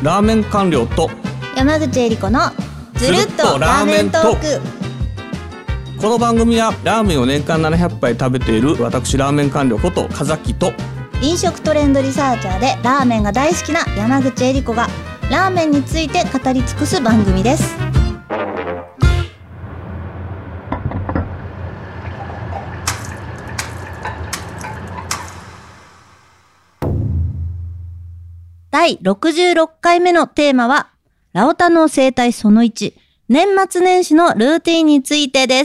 ラーメン官僚と山口恵理子のずるっとラーメントーク。 この番組はラーメンを年間700杯食べている私ラーメン官僚こと風木と飲食トレンドリサーチャーでラーメンが大好きな山口恵理子がラーメンについて語り尽くす番組です。第66回目のテーマはラオタの生態その1、年末年始のルーティンについてです。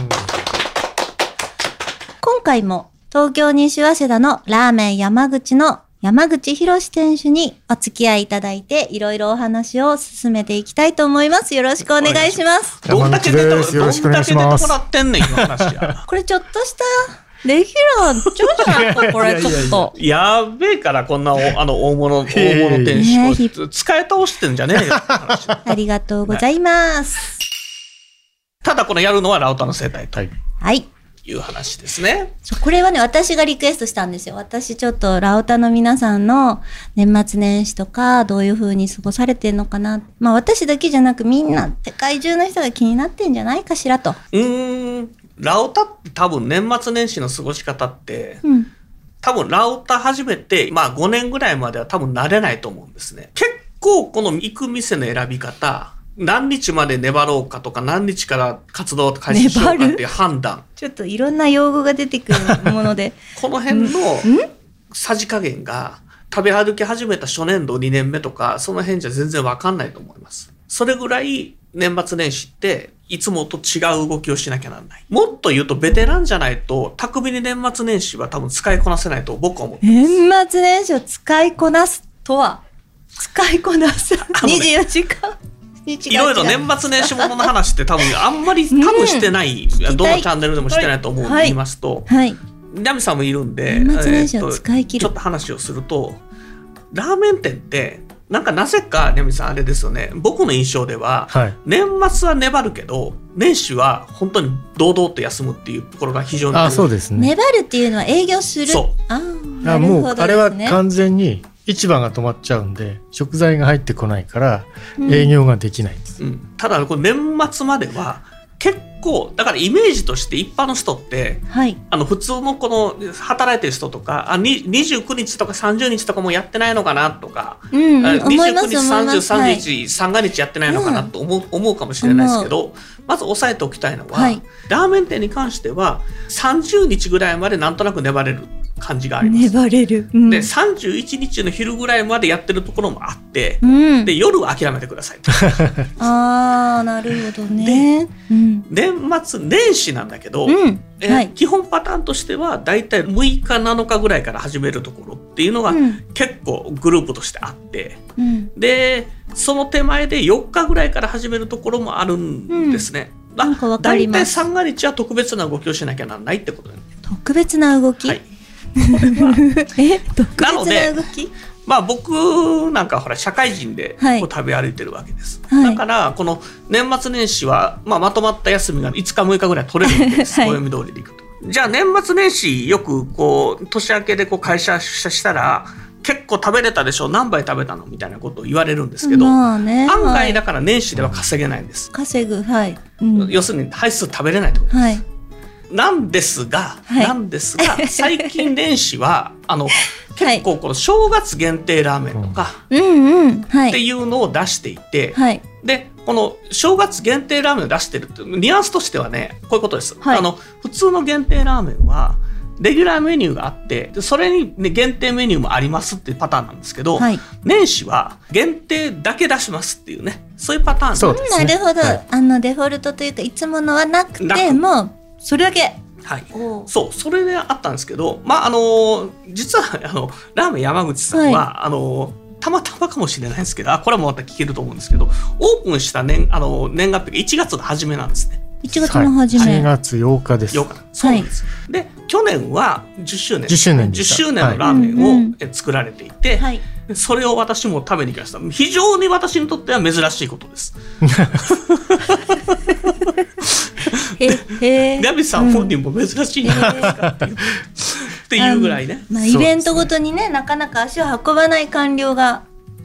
今回も東京西早稲田のラーメン山口の山口博店主にお付き合いいただいていろいろお話を進めていきたいと思います。よろしくお願いします。 山口です。 よろしくお願いします。 どんだけ出てもらってんねん今話やこれちょっとしたレギュラーちょじゃないかこれちょっとやべえからこんな大物店主使い倒してんじゃねえよありがとうございます。 ただこのやるのはラオタの生態とはいいう話ですね。 これはね私がリクエストしたんですよ。私ちょっとラオタの皆さんの年末年始とかどういう風に過ごされてんのかな、まあ私だけじゃなくみんな世界中の人が気になってんじゃないかしらと。 ラオタって多分年末年始の過ごし方って、多分ラオタ始めてまあ5年ぐらいまでは多分慣れないと思うんですね。結構この行く店の選び方、何日まで粘ろうかとか何日から活動を開始しようかっていう判断、 ちょっといろんな用語が出てくるものでこの辺のさじ加減が食べ歩き始めた初年度2年目とかその辺じゃ全然わかんないと思います。それぐらい年末年始っていつもと違う動きをしなきゃならない。もっと言うとベテランじゃないと巧みに年末年始は多分使いこなせないと僕は思ってます。 年末年始を使いこなすとは使いこなす24時間いろいろ年末年始ものの話って多分あんまりしてない、どのチャンネルでもしてないと思う、言いますと、ナミさんもいるんで年末年始を使い切る、 ちょっと話をするとラーメン店ってなぜかナミさんあれですよね。僕の印象では、年末は粘るけど年始は本当に堂々と休むっていうところが非常にそうですね。 粘るっていうのは営業する。なるほどですね。 もうあれは完全に市場が止まっちゃうんで食材が入ってこないから営業ができないんです、 ただこの年末までは結構だからイメージとして一般の人って、普通のこの働いてる人とか29日とか30日とかもやってないのかなとか、29日30日三が日やってないのかなと思うかもしれないですけど、まず押さえておきたいのは、ラーメン店に関しては30日ぐらいまでなんとなく粘れる感じがあります。 粘れる、 で31日の昼ぐらいまでやってるところもあって、で夜は諦めてくださいとなるほどね。 年末年始なんだけど、基本パターンとしてはだいたい6日7日ぐらいから始めるところっていうのが結構グループとしてあって、でその手前で4日ぐらいから始めるところもあるんですね。だいたい三が日は特別な動きをしなきゃならないってことです。 特別な動き、特別な動き、 僕なんかほら社会人でこう食べ歩いてるわけです、だからこの年末年始は、まとまった休みが5日6日ぐらい取れるんです、暦通りでいくと。じゃあ年末年始よくこう年明けでこう会社出社したら結構食べれたでしょ、何杯食べたのみたいなことを言われるんですけど、案外だから年始では稼げないんです。 稼ぐ、 要するに杯数食べれないってことです、なんですが最近年始は結構この正月限定ラーメンとかっていうのを出していて、でこの正月限定ラーメンを出してるっていうニュアンスとしてはねこういうことです、普通の限定ラーメンはレギュラーメニューがあってそれに、限定メニューもありますっていうパターンなんですけど、年始は限定だけ出しますっていうね、そういうパターンなんですね。 なるほど、デフォルトというかいつものはなくてもうそれだけ、それであったんですけど、実はラーメン山口さんは、たまたまかもしれないですけど、これもまた聞けると思うんですけど、オープンした年月日が1月の初めなんですね。 1月の初め、 1月8日です。 そうなんです、で去年は10周年のラーメンを作られていて、それを私も食べに行きました。非常に私にとっては珍しいことですナビさん本人も珍しいんじゃないですかっていうぐらいね、 イベントごとにねなかなか足を運ばない官僚が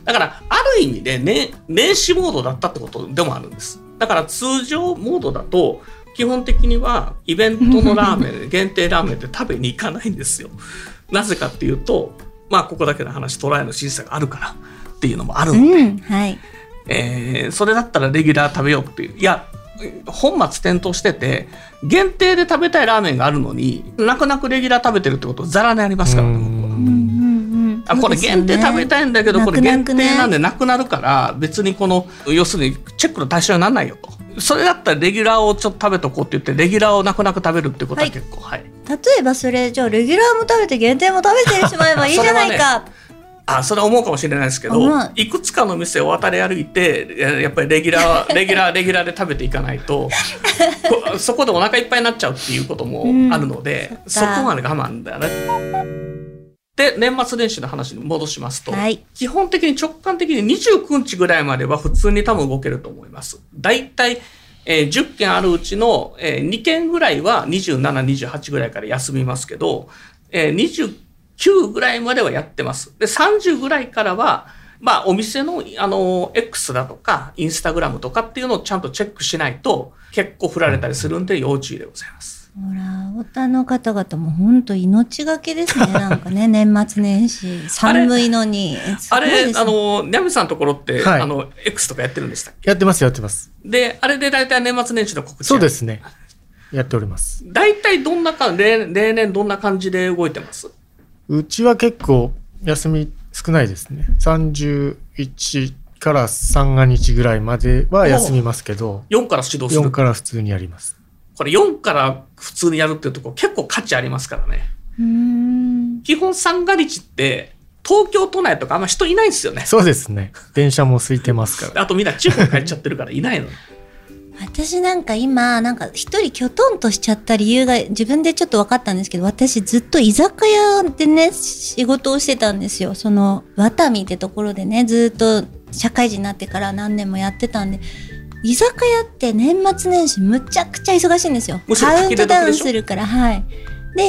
だからある意味で、ね、年始モードだったってことでもあるんです。だから通常モードだと基本的にはイベントのラーメン限定ラーメンって食べに行かないんですよ。なぜかっていうと、まあここだけの話、トライの審査があるからっていうのもあるので、はい、それだったらレギュラー食べようっていう。いや、本末転倒してて、限定で食べたいラーメンがあるのに泣く泣くレギュラー食べてるってことざらにありますからね。これ限定食べたいんだけど、これ限定なんでなくなるから、別にこの要するにチェックの対象にならないよと。それだったらレギュラーをちょっと食べとこうって言ってレギュラーをなくなく食べるってことは結構、はい、 例えばそれじゃあレギュラーも食べて限定も食べてしまえばいいじゃないか。 それは思うかもしれないですけど、いくつかの店を渡り歩いてやっぱりレギュラーで食べていかないとそこでお腹いっぱいになっちゃうっていうこともあるので、そこまで我慢だよね。で、年末年始の話に戻しますと、はい、基本的に直感的に29日ぐらいまでは普通に多分動けると思います。だいたい10件あるうちの2件ぐらいは27、28ぐらいから休みますけど、29ぐらいまではやってます。で、30ぐらいからは、まあ、お店の、X だとか、インスタグラムとかっていうのをちゃんとチェックしないと、結構振られたりするんで、要注意でございます。 ほら、オタの方々も本当命がけですね、なんかね、年末年始、寒いのに。 あれ、ニャミさんのところって、はい、X とかやってるんでしたっけ？ やってます、やってます。 で、あれで大体年末年始の告知。 そうですね。やっております。 大体どんな例年どんな感じで動いてます？ うちは結構休み少ないですね。31から三が日ぐらいまでは休みますけど、 4から指導する。 4から普通にやります。 これ4から普通にやるっていうところ結構価値ありますからね。基本三が日って東京都内とかあんま人いないんですよね。 そうですね。電車も空いてますから。 あとみんな地方帰っちゃってるからいないの。 私なんか今一人きょとんとしちゃった理由が自分でちょっと分かったんですけど、私ずっと居酒屋でね仕事をしてたんですよ。そのワタミってところでね、ずっと社会人になってから何年もやってたんで、居酒屋って年末年始むちゃくちゃ忙しいんですよ。カウントダウンするから。はい。で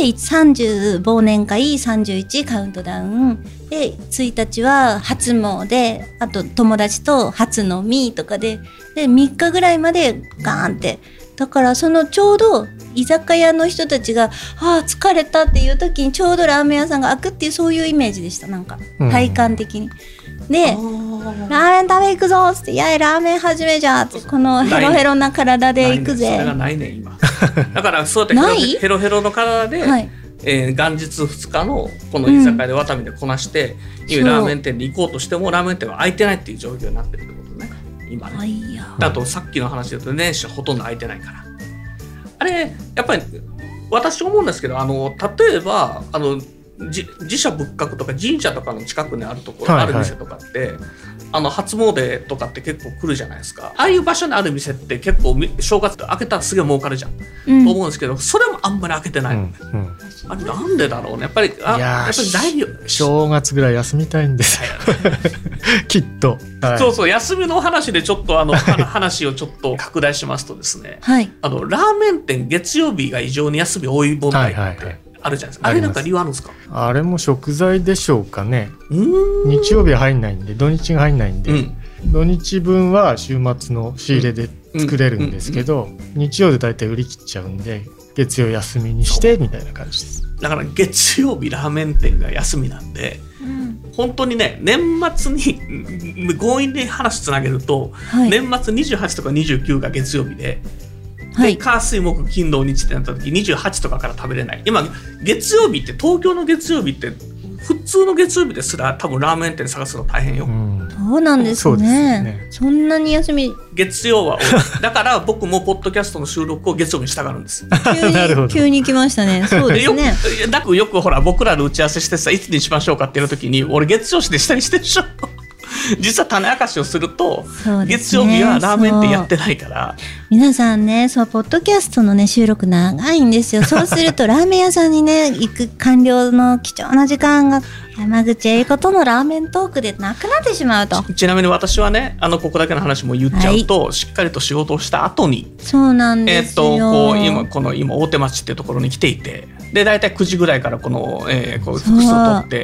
30忘年会、31カウントダウンで、1日は初詣、あと友達と初飲みとかで3日ぐらいまでガーンって。だからそのちょうど居酒屋の人たちが疲れたっていう時にちょうどラーメン屋さんが開くっていう、そういうイメージでした。なんか体感的に。で、ラーメン食べ行くぞっつって、いやラーメン始めじゃって、このヘロヘロな体で行くぜ。 それがないね今。だからそうやってヘロヘロの体で、はい、元日2日のこの居酒屋でワタミでこなして、ラーメン店に行こうとしてもラーメン店は開いてないっていう状況になってるってことね今ね。あとさっきの話で言うと年始はほとんど開いてないから、あれやっぱり私思うんですけど、例えば自社仏閣とか神社とかの近くにあるところ、ある店とかって、初詣とかって結構来るじゃないですか。ああいう場所にある店って結構正月開けたらすげえ儲かるじゃん、と思うんですけど、それもあんまり開けてないのね、あれなんでだろうね。やっぱり材料、 正月ぐらい休みたいんですよきっと、 はい、そう休みの話でちょっと話をちょっと拡大しますとですね、はい、ラーメン店月曜日が異常に休み多い問題って、はいはいはい、あるじゃないですか。あれなんか理由あるんですか？ あれも食材でしょうかね。日曜日は入んないんで、土日が入んないんで、土日分は週末の仕入れで作れるんですけど、日曜でだいたい売り切っちゃうんで、月曜休みにしてみたいな感じです。 だから月曜日ラーメン店が休みなんで、本当にね、年末に強引に話つなげると、はい、年末28とか29が月曜日で、火水木金土日ってなった時28とかから食べれない。今月曜日って、東京の月曜日って普通の月曜日ですら多分ラーメン店探すの大変よ。 そうなんですね。そんなに休み月曜は多い。だから僕もポッドキャストの収録を月曜日にしたがるんです。 急に来ましたね。そうですね。 よくほら僕らの打ち合わせしてさ、いつにしましょうかっていう時に俺月曜日で下にしてるでしょ実は種明かしをすると、月曜日はラーメン店やってないから。 皆さんね、ポッドキャストのね収録長いんですよ。そうするとラーメン屋さんにね行く官僚の貴重な時間が山口恵子とのラーメントークでなくなってしまうと。 ちなみに私はね、ここだけの話も言っちゃうと、しっかりと仕事をした後に、 そうなんですよ。 今大手町っていうところに来ていて、で大体9時ぐらいからこの、服装を取って、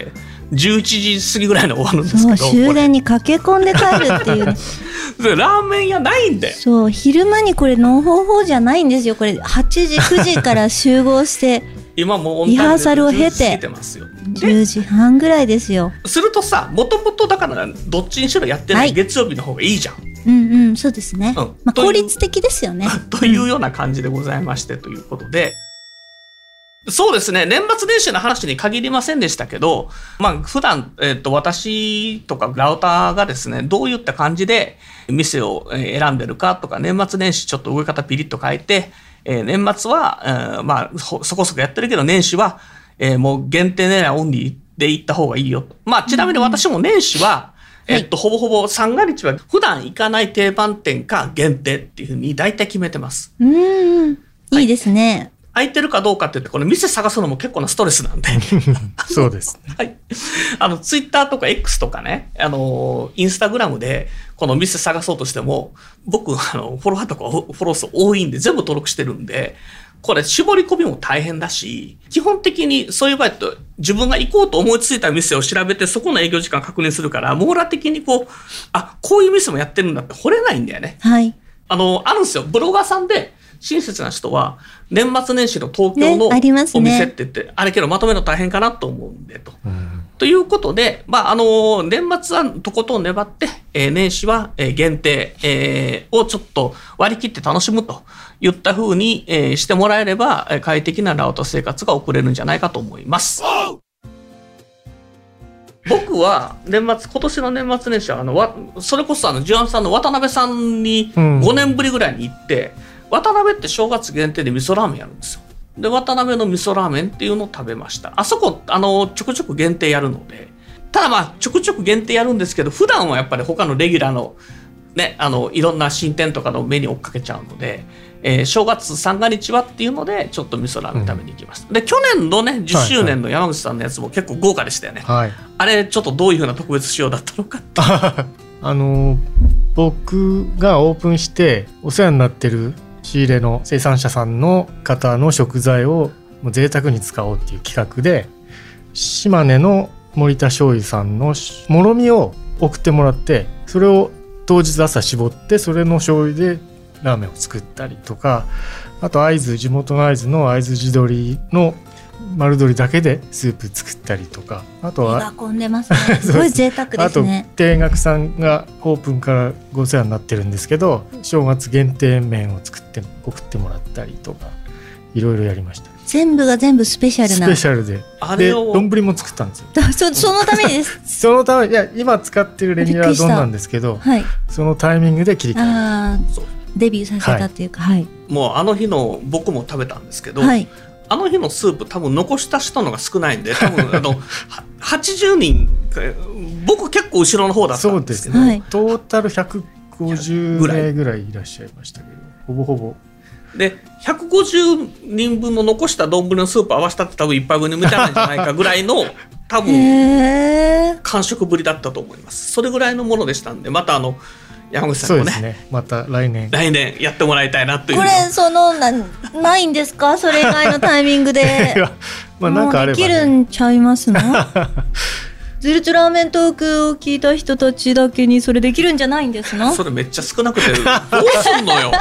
11時過ぎぐらいで終わるんですけど、 そう終電に駆け込んで帰るっていうねラーメン屋ないんで、 そう昼間にこれのほほじゃないんですよ。これ8時9時から集合して今もうリハーサルを経て10時半ぐらいですよ。 するとさ、もともとだからどっちにしろやってない月曜日の方がいいじゃん、 うんうん、そうですね、効率的ですよねというような感じでございまして、ということで、そうですね、年末年始の話に限りませんでしたけど、普段、私とかラウターがですね、どういった感じで店を選んでるかとか、年末年始ちょっと動き方ピリッと変えて、年末は、そこそこやってるけど、年始は、もう限定狙いオンリーで行った方がいいよと。ちなみに私も年始は、ほぼほぼ三が日は普段行かない定番店か限定っていうふうに大体決めてます。 いいですね。 空いてるかどうかって言って、これ店探すのも結構なストレスなんで。 そうです。 はい。ツイッターとか X とかね、インスタグラムで、この店探そうとしても、僕、フォロワーとかフォロー数多いんで、全部登録してるんで、これ絞り込みも大変だし、基本的にそういう場合と、自分が行こうと思いついた店を調べて、そこの営業時間確認するから、網羅的にこういう店もやってるんだって掘れないんだよね。 はい。 あるんですよ。ブロガーさんで、親切な人は年末年始の東京のお店って言って、あれけどまとめるの大変かなと思うんでと。ということで、年末はとことん粘って、年始は限定、をちょっと割り切って楽しむといった風に、してもらえれば快適なラウタ生活が送れるんじゃないかと思います。僕は今年の年末年始はそれこそジュアンさんの渡辺さんに5年ぶりぐらいに行って、渡辺って正月限定で味噌ラーメンやるんですよ。で、渡辺の味噌ラーメンっていうのを食べました。あそこ、ちょくちょく限定やるので。ただちょくちょく限定やるんですけど、普段はやっぱり他のレギュラーの、ね、いろんな新店とかの目に追っかけちゃうので、正月三が日はっていうので、ちょっと味噌ラーメン食べに行きました。で、去年のね、10周年の山口さんのやつも結構豪華でしたよね。はい、あれ、ちょっとどういうふうな特別仕様だったのかって。 僕がオープンしてお世話になってる仕入れの生産者さんの方の食材をもう贅沢に使おうっていう企画で、島根の森田醤油さんのもろみを送ってもらって、それを当日朝絞って、それの醤油でラーメンを作ったりとか、あと地元の会津の会津地鶏の丸鶏だけでスープ作ったりとか、あとは手が込んでますね。すごい贅沢ですね。 あと定額さんがオープンからご世話になってるんですけど、正月限定麺を作って送ってもらったりとか、いろいろやりました。 全部が全部スペシャルな。 スペシャルで、丼も作ったんですよ。 そのためにです。 そのため、いや今使ってるレギュラー丼なんですけど、はい、そのタイミングで切り替えた。 デビューさせたっていうか、はい、 もう日の僕も食べたんですけど、はい、日のスープ多分残した人のが少ないんで、多分80人、僕結構後ろの方だったんですけど、 そうですね、トータル150名ぐらいいらっしゃいましたけど、ほぼほぼで150人分の残した丼のスープ合わせたって多分1杯分に満たないんじゃないかぐらいの多分完食ぶりだったと思います。それぐらいのものでしたんで、また山口さんも ね、 また来年やってもらいたいなという。 これないんですか？それ以外のタイミングでなんかあれば、ね、 できるんちゃいますの？ズルチュラーメントークを聞いた人たちだけにそれできるんじゃないんですの？ それめっちゃ少なくてどうすんのよ。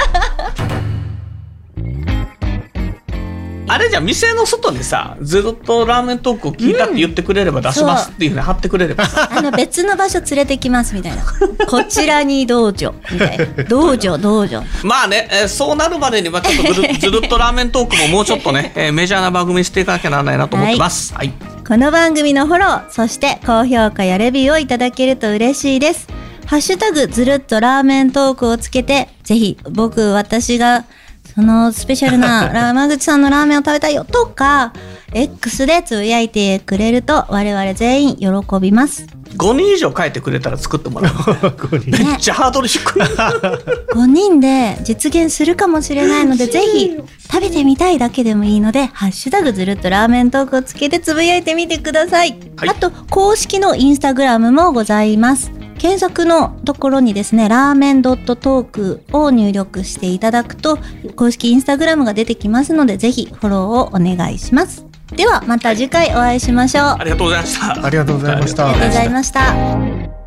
あれじゃ店の外にさ、ずっとラーメントークを聞いたって言ってくれれば出しますっていうふうに貼ってくれればさ、 別の場所連れてきますみたいな。こちらに道場みたいな。道場。 まあね、そうなるまでにはちょっとずるっとラーメントークももうちょっとね、メジャーな番組にしていかなきゃならないなと思ってます。はい。 この番組のフォロー、そして高評価やレビューをいただけると嬉しいです。ハッシュタグずるっとラーメントークをつけて、ぜひ私がそのスペシャルな山口さんのラーメンを食べたいよとか X でつぶやいてくれると我々全員喜びます。 5人以上書いてくれたら作ってもらう。めっちゃハードル低い。 5人で実現するかもしれないので、ぜひ食べてみたいだけでもいいので、ハッシュタグずるっとラーメントークをつけてつぶやいてみてください。はい、あと公式のインスタグラムもございます。検索のところにですね、ラーメントークを入力していただくと公式インスタグラムが出てきますので、ぜひフォローをお願いします。でではまた次回お会いしましょう。 ありがとうございました。 ありがとうございました。 ありがとうございました。